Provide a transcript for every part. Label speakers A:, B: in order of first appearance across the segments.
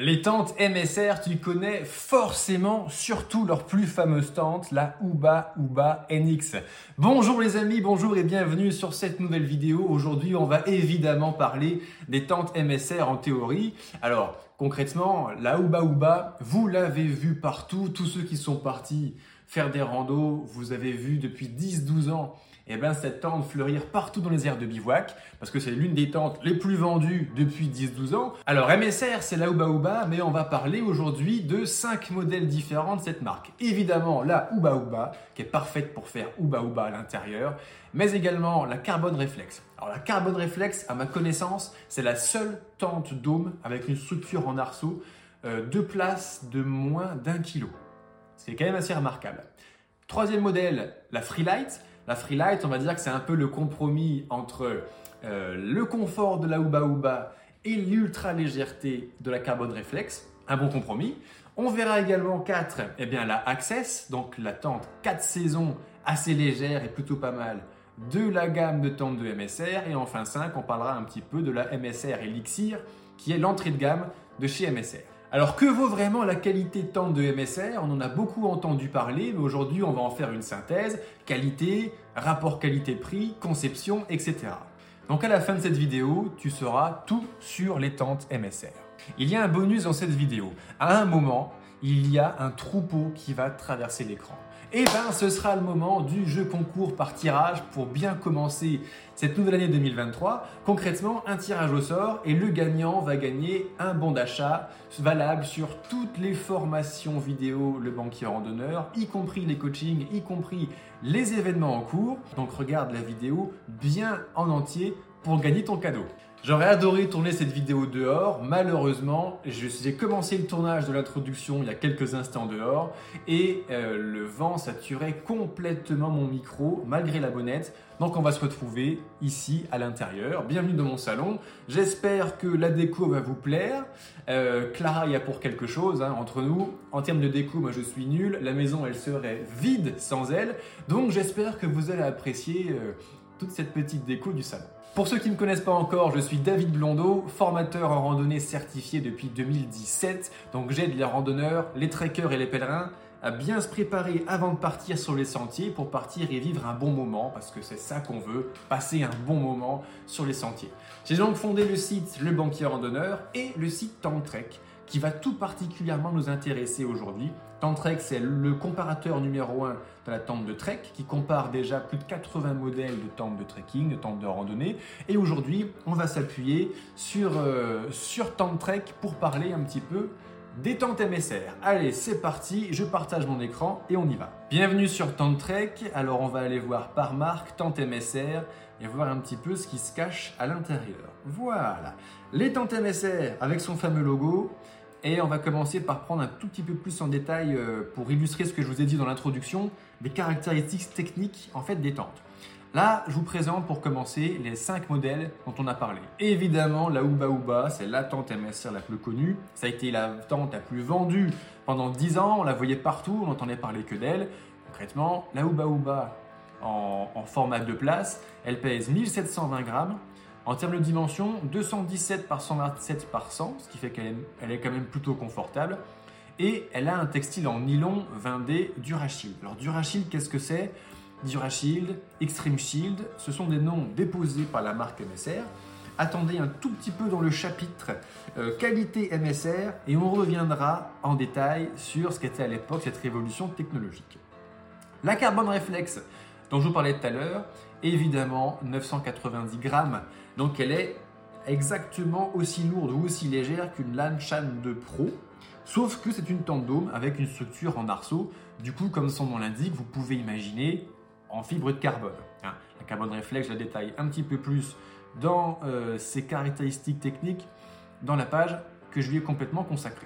A: Les tentes MSR, tu connais forcément surtout leur plus fameuse tente, la Uba NX. Bonjour les amis, bonjour et bienvenue sur cette nouvelle vidéo. Aujourd'hui, on va évidemment parler des tentes MSR en théorie. Alors, concrètement, la Uba, vous l'avez vu partout. Tous ceux qui sont partis faire des randos, vous avez vu depuis 10-12 ans cette tente fleurir partout dans les aires de bivouac parce que c'est l'une des tentes les plus vendues depuis 10-12 ans. Alors MSR, c'est la Uba, mais on va parler aujourd'hui de 5 modèles différents de cette marque. Évidemment, la Uba qui est parfaite pour faire Uba à l'intérieur, mais également la Carbon Reflex. Alors la Carbon Reflex, à ma connaissance, c'est la seule tente dôme avec une structure en arceau de place de moins d'1 kg. C'est quand même assez remarquable. Troisième modèle, la Freelite. La Freelite, on va dire que c'est un peu le compromis entre le confort de la Uba et l'ultra légèreté de la Carbon Reflex. Un bon compromis. On verra également 4, la Access, donc la tente 4 saisons assez légère et plutôt pas mal de la gamme de tentes de MSR. Et enfin 5, on parlera un petit peu de la MSR Elixir qui est l'entrée de gamme de chez MSR. Alors que vaut vraiment la qualité tente de MSR? On en a beaucoup entendu parler, mais aujourd'hui on va en faire une synthèse, qualité, rapport qualité-prix, conception, etc. Donc à la fin de cette vidéo, tu sauras tout sur les tentes MSR. Il y a un bonus dans cette vidéo. À un moment, il y a un troupeau qui va traverser l'écran. Et ce sera le moment du jeu concours par tirage pour bien commencer cette nouvelle année 2023. Concrètement, un tirage au sort et le gagnant va gagner un bon d'achat valable sur toutes les formations vidéo Le Banquier Randonneur, y compris les coachings, y compris les événements en cours. Donc regarde la vidéo bien en entier pour gagner ton cadeau. J'aurais adoré tourner cette vidéo dehors, malheureusement, j'ai commencé le tournage de l'introduction il y a quelques instants dehors et le vent saturait complètement mon micro malgré la bonnette. Donc on va se retrouver ici à l'intérieur. Bienvenue dans mon salon. J'espère que la déco va vous plaire. Clara y a pour quelque chose entre nous. En termes de déco, moi je suis nul. La maison elle serait vide sans elle. Donc j'espère que vous allez apprécier toute cette petite déco du salon. Pour ceux qui ne me connaissent pas encore, je suis David Blondeau, formateur en randonnée certifié depuis 2017. Donc j'aide les randonneurs, les trekkers et les pèlerins à bien se préparer avant de partir sur les sentiers pour partir et vivre un bon moment parce que c'est ça qu'on veut, passer un bon moment sur les sentiers. J'ai donc fondé le site Le Banquier Randonneur et le site Tantrek qui va tout particulièrement nous intéresser aujourd'hui. Tantrek, c'est le comparateur numéro 1 de la tente de trek qui compare déjà plus de 80 modèles de tentes de trekking, de tentes de randonnée. Et aujourd'hui, on va s'appuyer sur Tantrek pour parler un petit peu des tentes MSR. Allez, c'est parti, je partage mon écran et on y va. Bienvenue sur Tantrek. Alors, on va aller voir par marque, tente MSR et voir un petit peu ce qui se cache à l'intérieur. Voilà, les tentes MSR avec son fameux logo. Et on va commencer par prendre un tout petit peu plus en détail pour illustrer ce que je vous ai dit dans l'introduction, des caractéristiques techniques des tentes. Là, je vous présente pour commencer les 5 modèles dont on a parlé. Évidemment, la Uba, c'est la tente MSR la plus connue. Ça a été la tente la plus vendue pendant 10 ans. On la voyait partout, on n'entendait parler que d'elle. Concrètement, la Uba en format de place, elle pèse 1720 grammes. En termes de dimension, 217 par 127 par 100, ce qui fait qu'elle est quand même plutôt confortable. Et elle a un textile en nylon 20D Durashield. Alors Durashield, qu'est-ce que c'est? Durashield, Extreme Shield, ce sont des noms déposés par la marque MSR. Attendez un tout petit peu dans le chapitre qualité MSR et on reviendra en détail sur ce qu'était à l'époque cette révolution technologique. La Carbon Reflex, dont je vous parlais tout à l'heure, évidemment 990 grammes. Donc elle est exactement aussi lourde ou aussi légère qu'une Lanshan 2 Pro, sauf que c'est une tente dôme avec une structure en arceau. Du coup, comme son nom l'indique, vous pouvez imaginer en fibre de carbone. La Carbon Reflex, je la détaille un petit peu plus dans ses caractéristiques techniques dans la page que je lui ai complètement consacrée.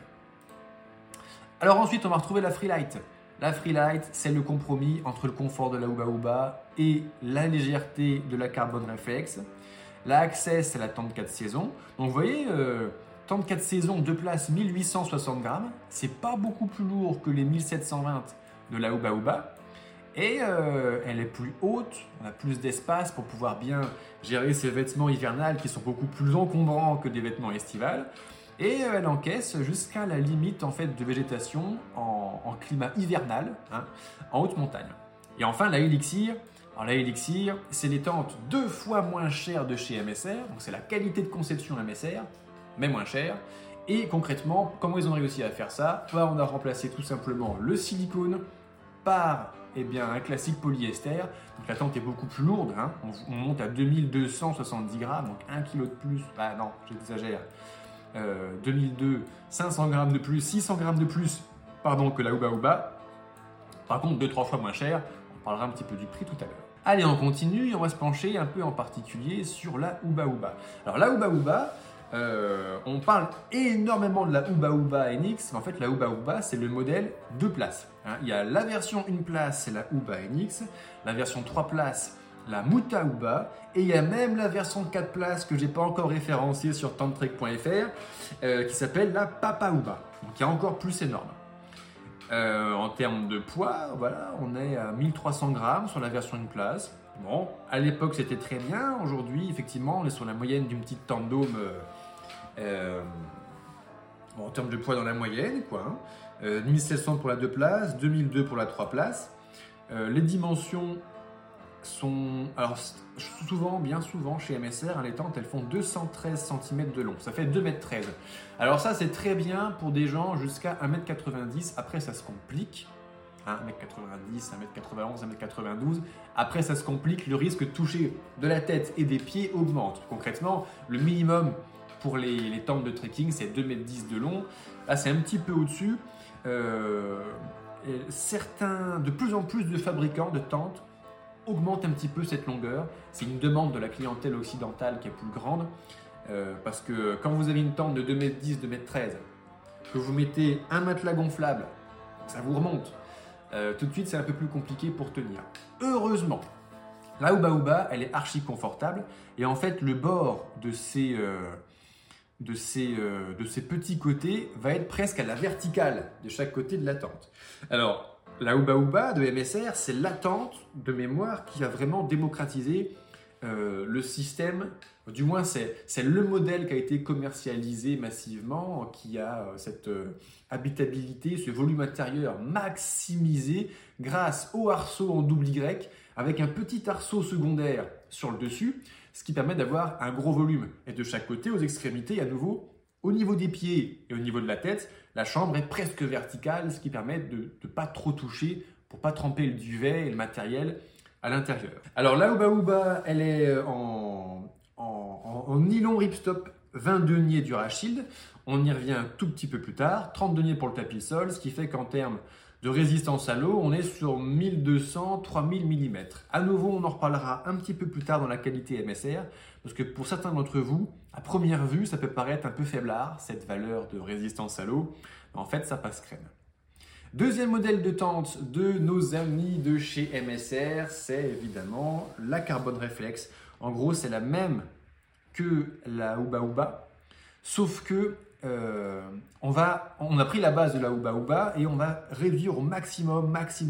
A: Alors ensuite, on va retrouver la Freelite. La Freelite, c'est le compromis entre le confort de la Uba et la légèreté de la Carbon Reflex. La Access, c'est la tente 4 saisons. Donc vous voyez, tente 4 saisons, 2 places, 1860 grammes. C'est pas beaucoup plus lourd que les 1720 de la Uba. Et elle est plus haute, on a plus d'espace pour pouvoir bien gérer ses vêtements hivernales qui sont beaucoup plus encombrants que des vêtements estivales. Et elle encaisse jusqu'à la limite en fait de végétation en climat hivernal, hein, en haute montagne. Et enfin la Elixir. Alors la Elixir, c'est les tentes 2 fois moins chères de chez MSR, donc c'est la qualité de conception MSR, mais moins chère. Et concrètement, comment ils ont réussi à faire ça? On a remplacé tout simplement le silicone par un classique polyester. Donc la tente est beaucoup plus lourde, hein. On monte à 2270 grammes, donc 1 kg de plus. Ah non, j'exagère. 2002, 500 grammes de plus, 600 grammes de plus que la Uba Uba. Par contre, 2-3 fois moins cher. On parlera un petit peu du prix tout à l'heure. Allez, on continue et on va se pencher un peu en particulier sur la Uba Uba. Alors la Uba Uba, on parle énormément de la Uba Uba NX, mais en fait la Uba Uba c'est le modèle 2 places. Hein. Il y a la version 1 place, c'est la Uba NX, la version 3 places, la Muta Uba, et il y a même la version 4 places que j'ai pas encore référencée sur tenttrek.fr qui s'appelle la Papa Uba, donc qui est encore plus énorme. En termes de poids, voilà, on est à 1300 grammes sur la version 1 place. Bon, à l'époque c'était très bien, aujourd'hui effectivement on est sur la moyenne d'une petite tente dôme en termes de poids dans la moyenne, quoi. 1700 pour la 2 places, 2002 pour la 3 places. Les dimensions sont... Alors bien souvent chez MSR, les tentes elles font 213 cm de long, ça fait 2,13 m. Alors ça c'est très bien pour des gens jusqu'à 1,90 m, après ça se complique. 1,90 m, 1,91 m, 1,92 m. Après, ça se complique. Le risque de toucher de la tête et des pieds augmente. Concrètement, le minimum pour les tentes de trekking, c'est 2,10 m de long. Là, c'est un petit peu au-dessus. De plus en plus de fabricants de tentes augmentent un petit peu cette longueur. C'est une demande de la clientèle occidentale qui est plus grande. Parce que quand vous avez une tente de 2,10 m, 2,13 m, que vous mettez un matelas gonflable, ça vous remonte. Tout de suite, c'est un peu plus compliqué pour tenir. Heureusement, la Uba Uba, elle est archi confortable et en fait, le bord de ces petits côtés va être presque à la verticale de chaque côté de la tente. Alors, la Uba Uba de MSR, c'est la tente de mémoire qui a vraiment démocratisé le système. Du moins, c'est le modèle qui a été commercialisé massivement, qui a cette habitabilité, ce volume intérieur maximisé grâce au arceau en double Y avec un petit arceau secondaire sur le dessus, ce qui permet d'avoir un gros volume. Et de chaque côté, aux extrémités, à nouveau, au niveau des pieds et au niveau de la tête, la chambre est presque verticale, ce qui permet de ne pas trop toucher pour ne pas tremper le duvet et le matériel à l'intérieur. Alors la Uba Uba, elle est en nylon ripstop 20 deniers Durashield. On y revient un tout petit peu plus tard. 30 deniers pour le tapis sol, ce qui fait qu'en termes de résistance à l'eau, on est sur 1200-3000 mm. À nouveau, on en reparlera un petit peu plus tard dans la qualité MSR, parce que pour certains d'entre vous, à première vue, ça peut paraître un peu faiblard, cette valeur de résistance à l'eau. Mais en fait, ça passe crème. Deuxième modèle de tente de nos amis de chez MSR, c'est évidemment la Carbon Reflex. En gros, c'est la même que la Uba Uba, sauf que on a pris la base de la Uba Uba et on va réduire au maximum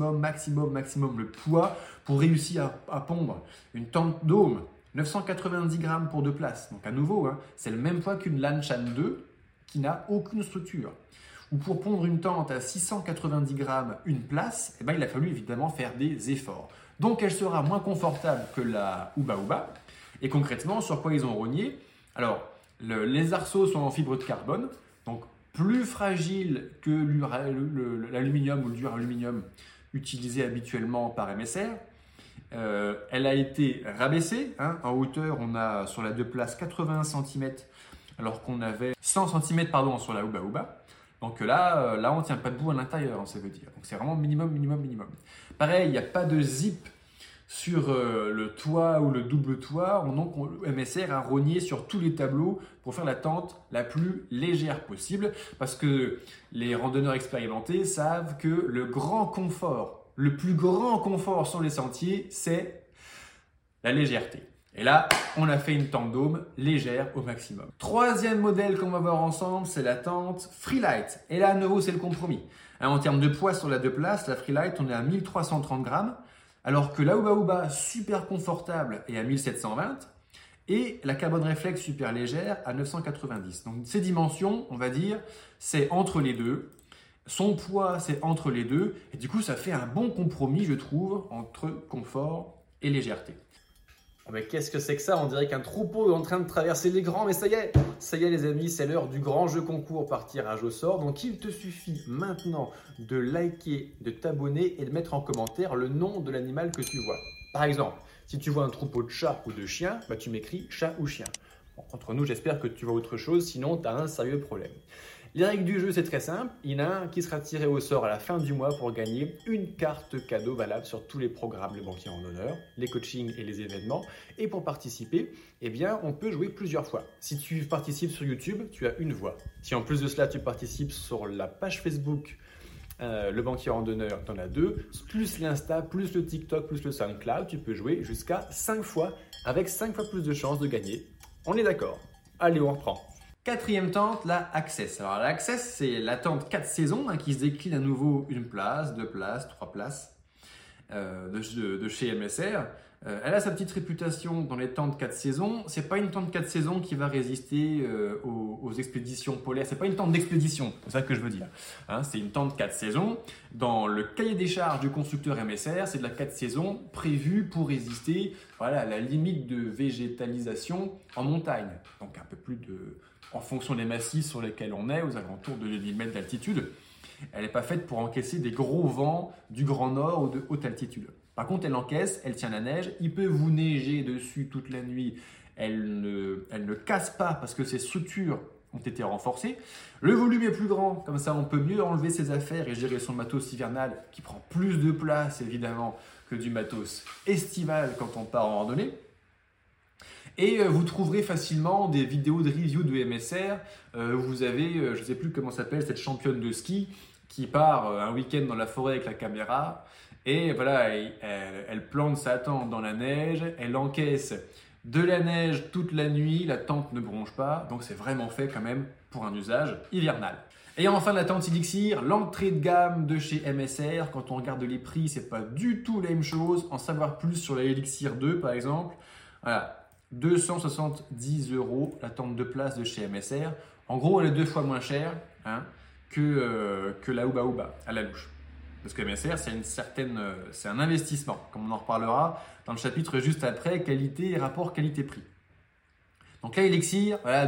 A: le poids pour réussir à pondre une tente dôme 990 grammes pour 2 places. Donc à nouveau, hein, c'est le même poids qu'une Lanchan 2 qui n'a aucune structure. Ou pour pondre une tente à 690 grammes une place, il a fallu évidemment faire des efforts. Donc elle sera moins confortable que la Uba Uba. Et concrètement, sur quoi ils ont rogné? Alors, les arceaux sont en fibre de carbone, donc plus fragile que l'aluminium ou le duraluminium utilisé habituellement par MSR. Elle a été rabaissée. Hein, en hauteur, on a sur la 2 places 81 cm, alors qu'on avait 100 cm sur la Uba Uba. Donc là, on ne tient pas debout à l'intérieur, ça veut dire. Donc c'est vraiment minimum. Pareil, il n'y a pas de zip sur le toit ou le double toit. Donc MSR a rogné sur tous les tableaux pour faire la tente la plus légère possible. Parce que les randonneurs expérimentés savent que le plus grand confort sur les sentiers, c'est la légèreté. Et là, on a fait une tente dôme légère au maximum. Troisième modèle qu'on va voir ensemble, c'est la tente Freelite. Et là, à nouveau, c'est le compromis. Hein, en termes de poids sur la 2 places, la Freelite, on est à 1330 grammes, alors que la Uba Uba, super confortable, est à 1720. et la Carbon Reflex super légère à 990. Donc ces dimensions, on va dire, c'est entre les deux. Son poids, c'est entre les deux. Et du coup, ça fait un bon compromis, je trouve, entre confort et légèreté. Oh mais qu'est-ce que c'est que ça? On dirait qu'un troupeau est en train de traverser l'écran, mais ça y est les amis, c'est l'heure du grand jeu concours par tirage au sort. Donc il te suffit maintenant de liker, de t'abonner et de mettre en commentaire le nom de l'animal que tu vois. Par exemple, si tu vois un troupeau de chats ou de chiens, bah tu m'écris chat ou chien. Bon, entre nous, j'espère que tu vois autre chose, sinon tu as un sérieux problème. Les règles du jeu, c'est très simple. Il y en a un qui sera tiré au sort à la fin du mois pour gagner une carte cadeau valable sur tous les programmes Le Banquier en Honneur, les coachings et les événements. Et pour participer, eh bien, on peut jouer plusieurs fois. Si tu participes sur YouTube, tu as une voix. Si en plus de cela, tu participes sur la page Facebook Le Banquier en Honneur, tu en as 2, plus l'Insta, plus le TikTok, plus le SoundCloud, tu peux jouer jusqu'à 5 fois avec 5 fois plus de chances de gagner. On est d'accord? Allez, on reprend. Quatrième tente, la Access. Alors la Access, c'est la tente 4 saisons qui se décline à nouveau 1 place, 2 places, 3 places de chez MSR. Elle a sa petite réputation dans les tentes 4 saisons. C'est pas une tente 4 saisons qui va résister aux expéditions polaires. C'est pas une tente d'expédition, c'est ça que je veux dire. Hein, c'est une tente 4 saisons. Dans le cahier des charges du constructeur MSR, c'est de la 4 saisons prévue pour résister à la limite de végétalisation en montagne. Donc un peu plus en fonction des massifs sur lesquels on est, aux alentours de 2000 mètres d'altitude. Elle n'est pas faite pour encaisser des gros vents du Grand Nord ou de haute altitude. Par contre, elle encaisse, elle tient la neige, il peut vous neiger dessus toute la nuit, elle ne casse pas parce que ses structures ont été renforcées. Le volume est plus grand, comme ça on peut mieux enlever ses affaires et gérer son matos hivernal qui prend plus de place évidemment que du matos estival quand on part en randonnée. Et vous trouverez facilement des vidéos de review de MSR. Vous avez, je ne sais plus comment s'appelle, cette championne de ski qui part un week-end dans la forêt avec la caméra. Et voilà, elle plante sa tente dans la neige, elle encaisse de la neige toute la nuit, la tente ne bronche pas. Donc c'est vraiment fait quand même pour un usage hivernal. Et enfin la tente Elixir, l'entrée de gamme de chez MSR. Quand on regarde les prix, c'est pas du tout la même chose. En savoir plus sur la Elixir 2 par exemple. Voilà. 270 € la tente de place de chez MSR. En gros, elle est 2 fois moins chère que la Uba Uba à la louche. Parce que MSR, c'est un investissement, comme on en reparlera dans le chapitre juste après, qualité et rapport qualité-prix. Donc là, Elixir, voilà,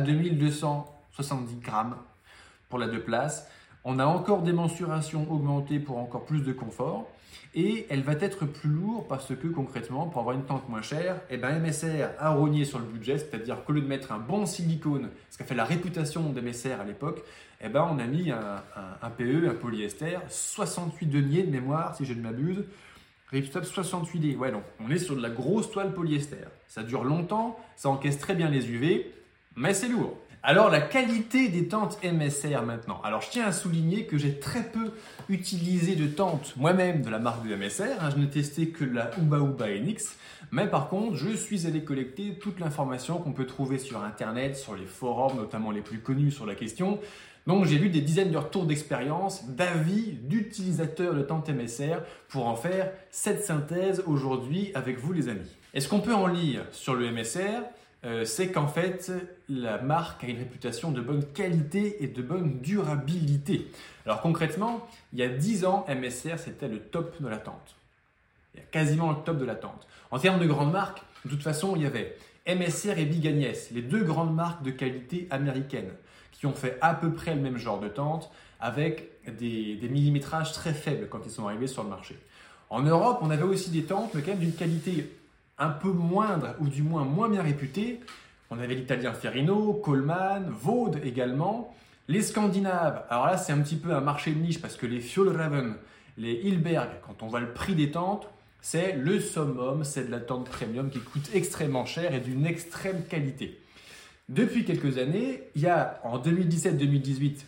A: 2270 grammes pour la 2 places. On a encore des mensurations augmentées pour encore plus de confort. Et elle va être plus lourde parce que concrètement, pour avoir une tente moins chère, MSR a rogné sur le budget, c'est-à-dire qu'au lieu de mettre un bon silicone, ce qui a fait la réputation d'MSR à l'époque, on a mis un PE, un polyester, 68 deniers de mémoire, si je ne m'abuse, Ripstop 68D. Ouais, donc on est sur de la grosse toile polyester. Ça dure longtemps, ça encaisse très bien les UV, mais c'est lourd. Alors la qualité des tentes MSR maintenant. Alors je tiens à souligner que j'ai très peu utilisé de tentes moi-même de la marque de MSR. Je n'ai testé que la Uba Uba NX. Mais par contre, je suis allé collecter toute l'information qu'on peut trouver sur Internet, sur les forums, notamment les plus connus sur la question. Donc j'ai vu des dizaines de retours d'expérience, d'avis d'utilisateurs de tentes MSR pour en faire cette synthèse aujourd'hui avec vous les amis. Et ce qu'on peut en lire sur le MSR, c'est qu'en fait, la marque a une réputation de bonne qualité et de bonne durabilité. Alors concrètement, il y a 10 ans, MSR, c'était le top de la tente. Il y a quasiment le top de la tente. En termes de grandes marques, de toute façon, il y avait MSR et Big Agnès, les deux grandes marques de qualité américaines, qui ont fait à peu près le même genre de tente, avec des millimétrages très faibles quand ils sont arrivés sur le marché. En Europe, on avait aussi des tentes, mais quand même d'une qualité un peu moindre, ou du moins moins bien réputée. On avait l'italien Ferrino, Coleman, Vaude également. Les Scandinaves, alors là c'est un petit peu un marché de niche parce que les Fjällräven, les Hilberg, quand on voit le prix des tentes, c'est le summum, c'est de la tente premium qui coûte extrêmement cher et d'une extrême qualité. Depuis quelques années, il y a en 2017-2018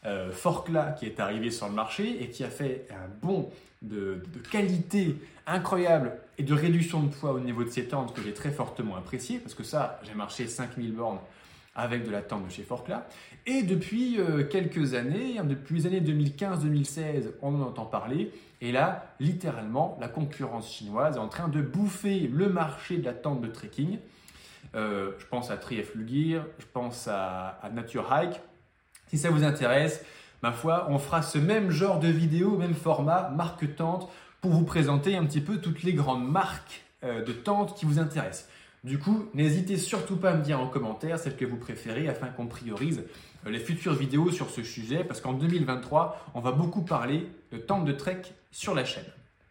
A: Forcla qui est arrivé sur le marché et qui a fait un bond de qualité incroyable et de réduction de poids au niveau de ses tentes que j'ai très fortement apprécié parce que ça, j'ai marché 5000 bornes avec de la tente de chez Forcla. Et depuis quelques années, depuis les années 2015-2016, on en entend parler. Et là, littéralement, la concurrence chinoise est en train de bouffer le marché de la tente de trekking. Je pense à Trieflugir, je pense à Nature Hike. Si ça vous intéresse, ma foi, on fera ce même genre de vidéo, même format, marque tente, pour vous présenter un petit peu toutes les grandes marques de tentes qui vous intéressent. Du coup, n'hésitez surtout pas à me dire en commentaire celle que vous préférez afin qu'on priorise les futures vidéos sur ce sujet parce qu'en 2023, on va beaucoup parler de tentes de trek sur la chaîne.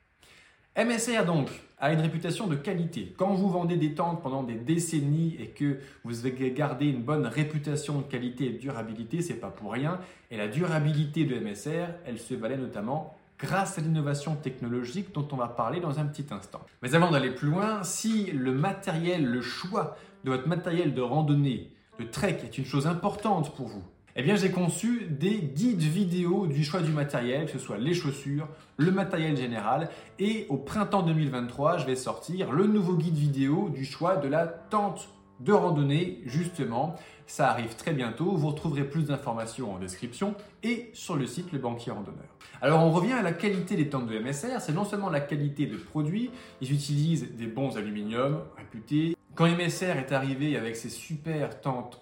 A: MSR donc a une réputation de qualité. Quand vous vendez des tentes pendant des décennies et que vous avez gardé une bonne réputation de qualité et de durabilité, c'est pas pour rien. Et la durabilité de MSR, elle se valait notamment grâce à l'innovation technologique dont on va parler dans un petit instant. Mais avant d'aller plus loin, si le matériel, le choix de votre matériel de randonnée, de trek est une chose importante pour vous, eh bien j'ai conçu des guides vidéo du choix du matériel, que ce soit les chaussures, le matériel général, et au printemps 2023, je vais sortir le nouveau guide vidéo du choix de la tente de randonnée, justement. Ça arrive très bientôt, vous retrouverez plus d'informations en description et sur le site Le Banquier Randonneur. Alors on revient à la qualité des tentes de MSR, c'est non seulement la qualité de produits, ils utilisent des bons aluminiums réputés. Quand MSR est arrivé avec ses super tentes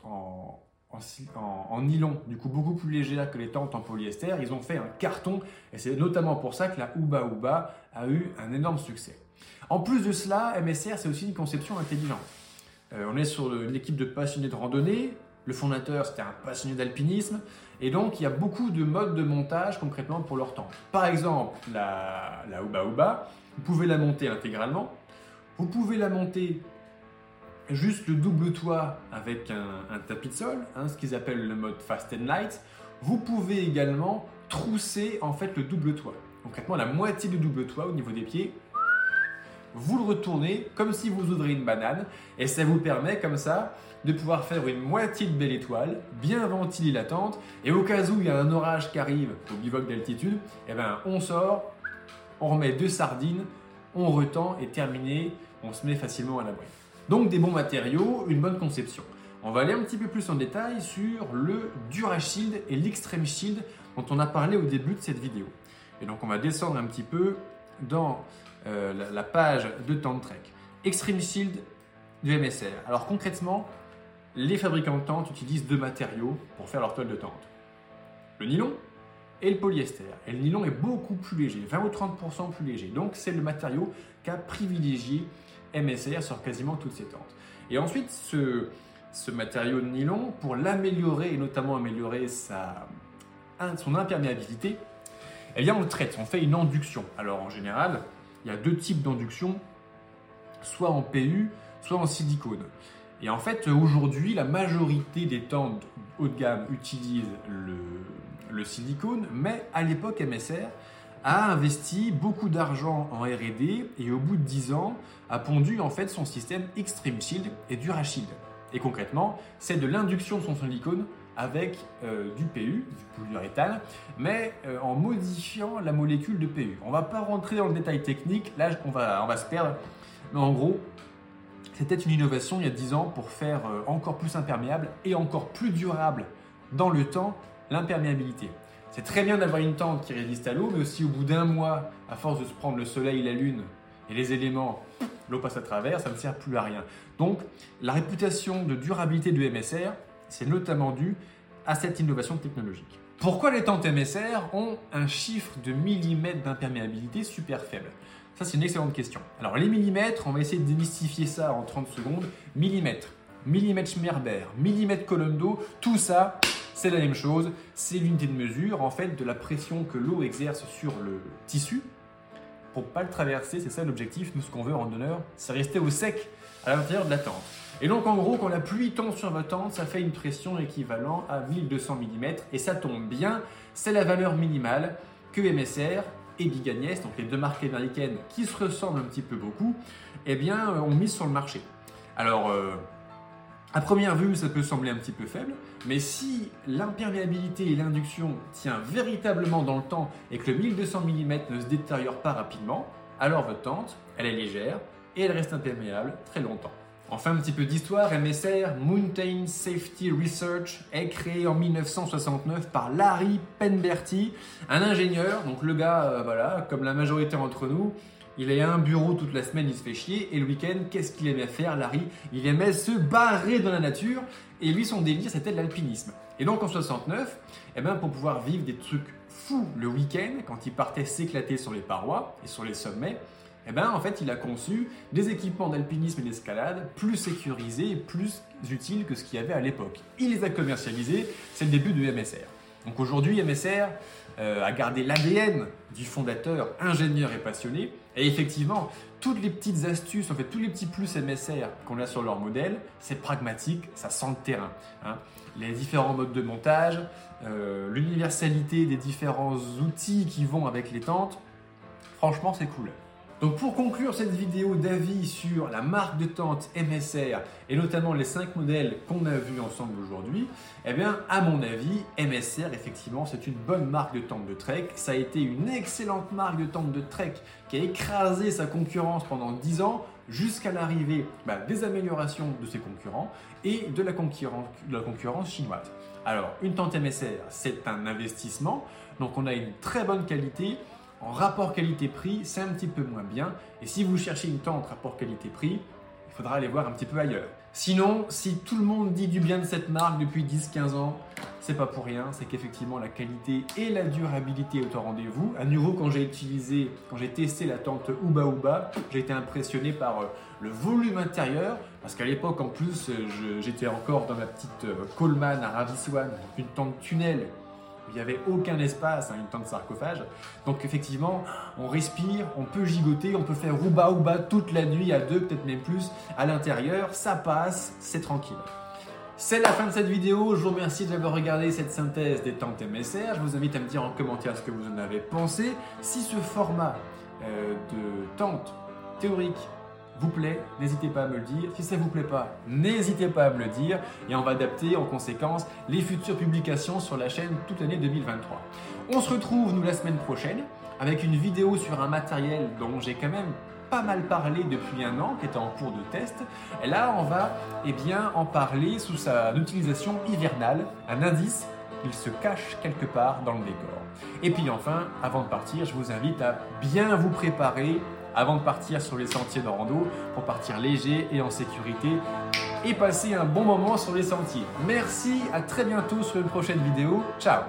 A: en nylon, du coup beaucoup plus légère que les tentes en polyester, ils ont fait un carton et c'est notamment pour ça que la Uba Uba a eu un énorme succès. En plus de cela, MSR c'est aussi une conception intelligente. On est sur une équipe de passionnés de randonnée, le fondateur c'était un passionné d'alpinisme et donc il y a beaucoup de modes de montage concrètement pour leur tente. Par exemple la Uba Uba, vous pouvez la monter intégralement, vous pouvez la monter juste le double toit avec un tapis de sol, ce qu'ils appellent le mode Fast and Light. Vous pouvez également trousser en fait le double toit. Concrètement, la moitié du double toit au niveau des pieds, vous le retournez comme si vous ouvriez une banane et ça vous permet comme ça de pouvoir faire une moitié de belle étoile, bien ventiler la tente et au cas où il y a un orage qui arrive au bivouac d'altitude, eh ben, on sort, on remet 2 sardines, on retend et terminé, on se met facilement à l'abri. Donc des bons matériaux, une bonne conception. On va aller un petit peu plus en détail sur le DuraShield et l'Extreme Shield dont on a parlé au début de cette vidéo. Et donc on va descendre un petit peu dans la page de tente trek. Extreme Shield du MSR. Alors concrètement, les fabricants de tentes utilisent 2 matériaux pour faire leur toile de tente. Le nylon et le polyester. Et le nylon est beaucoup plus léger, 20 ou 30% plus léger. Donc c'est le matériau qu'a privilégié MSR sur quasiment toutes ses tentes. Et ensuite, ce matériau de nylon, pour l'améliorer et notamment améliorer son imperméabilité, eh bien on le traite, on fait une enduction. Alors en général, il y a 2 types d'enduction, soit en PU, soit en silicone. Et en fait, aujourd'hui, la majorité des tentes haut de gamme utilisent le silicone, mais à l'époque, MSR a investi beaucoup d'argent en R&D et au bout de 10 ans a pondu en fait son système Extreme Shield et DuraShield. Et concrètement, c'est de l'induction de son silicone avec du PU, du polyuréthane, mais en modifiant la molécule de PU. On ne va pas rentrer dans le détail technique, là on va se perdre, mais en gros, c'était une innovation il y a 10 ans pour faire encore plus imperméable et encore plus durable dans le temps l'imperméabilité. C'est très bien d'avoir une tente qui résiste à l'eau, mais aussi au bout d'un mois, à force de se prendre le soleil, la lune et les éléments, l'eau passe à travers, ça ne sert plus à rien. Donc, la réputation de durabilité de MSR, c'est notamment dû à cette innovation technologique. Pourquoi les tentes MSR ont un chiffre de millimètres d'imperméabilité super faible? Ça, c'est une excellente question. Alors, les millimètres, on va essayer de démystifier ça en 30 secondes. Millimètres Schmerber, millimètre colonne d'eau, tout ça, c'est la même chose. C'est l'unité de mesure, en fait, de la pression que l'eau exerce sur le tissu pour ne pas le traverser. C'est ça l'objectif. Nous, ce qu'on veut en randonneur, c'est rester au sec à l'intérieur de la tente. Et donc, en gros, quand la pluie tombe sur votre tente, ça fait une pression équivalente à 1200 mm et ça tombe bien. C'est la valeur minimale que MSR et Big Agnès, donc les 2 marques américaines qui se ressemblent un petit peu beaucoup, eh bien, ont mis sur le marché. Alors, à première vue, ça peut sembler un petit peu faible, mais si l'imperméabilité et l'induction tient véritablement dans le temps et que le 1200 mm ne se détériore pas rapidement, alors votre tente, elle est légère et elle reste imperméable très longtemps. Enfin, un petit peu d'histoire, MSR, Mountain Safety Research, est créé en 1969 par Larry Penberty, un ingénieur. Donc le gars, voilà, comme la majorité d'entre nous, Il a un bureau toute la semaine, il se fait chier. Et le week-end, qu'est-ce qu'il aimait faire, Larry? Il aimait se barrer dans la nature. Et lui, son délire, c'était l'alpinisme. Et donc en 69, pour pouvoir vivre des trucs fous le week-end, quand il partait s'éclater sur les parois et sur les sommets, en fait, il a conçu des équipements d'alpinisme et d'escalade plus sécurisés et plus utiles que ce qu'il y avait à l'époque. Il les a commercialisés, c'est le début de MSR. Donc aujourd'hui, MSR a gardé l'ADN du fondateur, ingénieur et passionné. Et effectivement, toutes les petites astuces, en fait, tous les petits plus MSR qu'on a sur leur modèle, c'est pragmatique, ça sent le terrain. Les différents modes de montage, l'universalité des différents outils qui vont avec les tentes, franchement, c'est cool. Donc pour conclure cette vidéo d'avis sur la marque de tente MSR et notamment les 5 modèles qu'on a vus ensemble aujourd'hui, à mon avis, MSR effectivement c'est une bonne marque de tente de trek. Ça a été une excellente marque de tente de trek qui a écrasé sa concurrence pendant 10 ans jusqu'à l'arrivée des améliorations de ses concurrents et de la concurrence chinoise. Alors une tente MSR c'est un investissement, donc on a une très bonne qualité. En rapport qualité-prix, c'est un petit peu moins bien. Et si vous cherchez une tente rapport qualité-prix, il faudra aller voir un petit peu ailleurs. Sinon, si tout le monde dit du bien de cette marque depuis 10-15 ans, c'est pas pour rien. C'est qu'effectivement, la qualité et la durabilité est au rendez-vous. À nouveau, quand j'ai testé la tente Uba Uba, j'ai été impressionné par le volume intérieur. Parce qu'à l'époque, en plus, j'étais encore dans ma petite Coleman à Raviswan, une tente tunnel. Il n'y avait aucun espace, une tente sarcophage. Donc effectivement, on respire, on peut gigoter, on peut faire Uba Uba toute la nuit à 2, peut-être même plus à l'intérieur. Ça passe, c'est tranquille. C'est la fin de cette vidéo. Je vous remercie d'avoir regardé cette synthèse des tentes MSR. Je vous invite à me dire en commentaire ce que vous en avez pensé. Si ce format de tente théorique vous plaît, n'hésitez pas à me le dire. Si ça ne vous plaît pas, n'hésitez pas à me le dire et on va adapter en conséquence les futures publications sur la chaîne toute l'année 2023. On se retrouve nous la semaine prochaine avec une vidéo sur un matériel dont j'ai quand même pas mal parlé depuis un an, qui est en cours de test. Et là, on va en parler sous sa utilisation hivernale, un indice. Il se cache quelque part dans le décor. Et puis enfin, avant de partir, je vous invite à bien vous préparer avant de partir sur les sentiers de rando pour partir léger et en sécurité et passer un bon moment sur les sentiers. Merci, à très bientôt sur une prochaine vidéo. Ciao!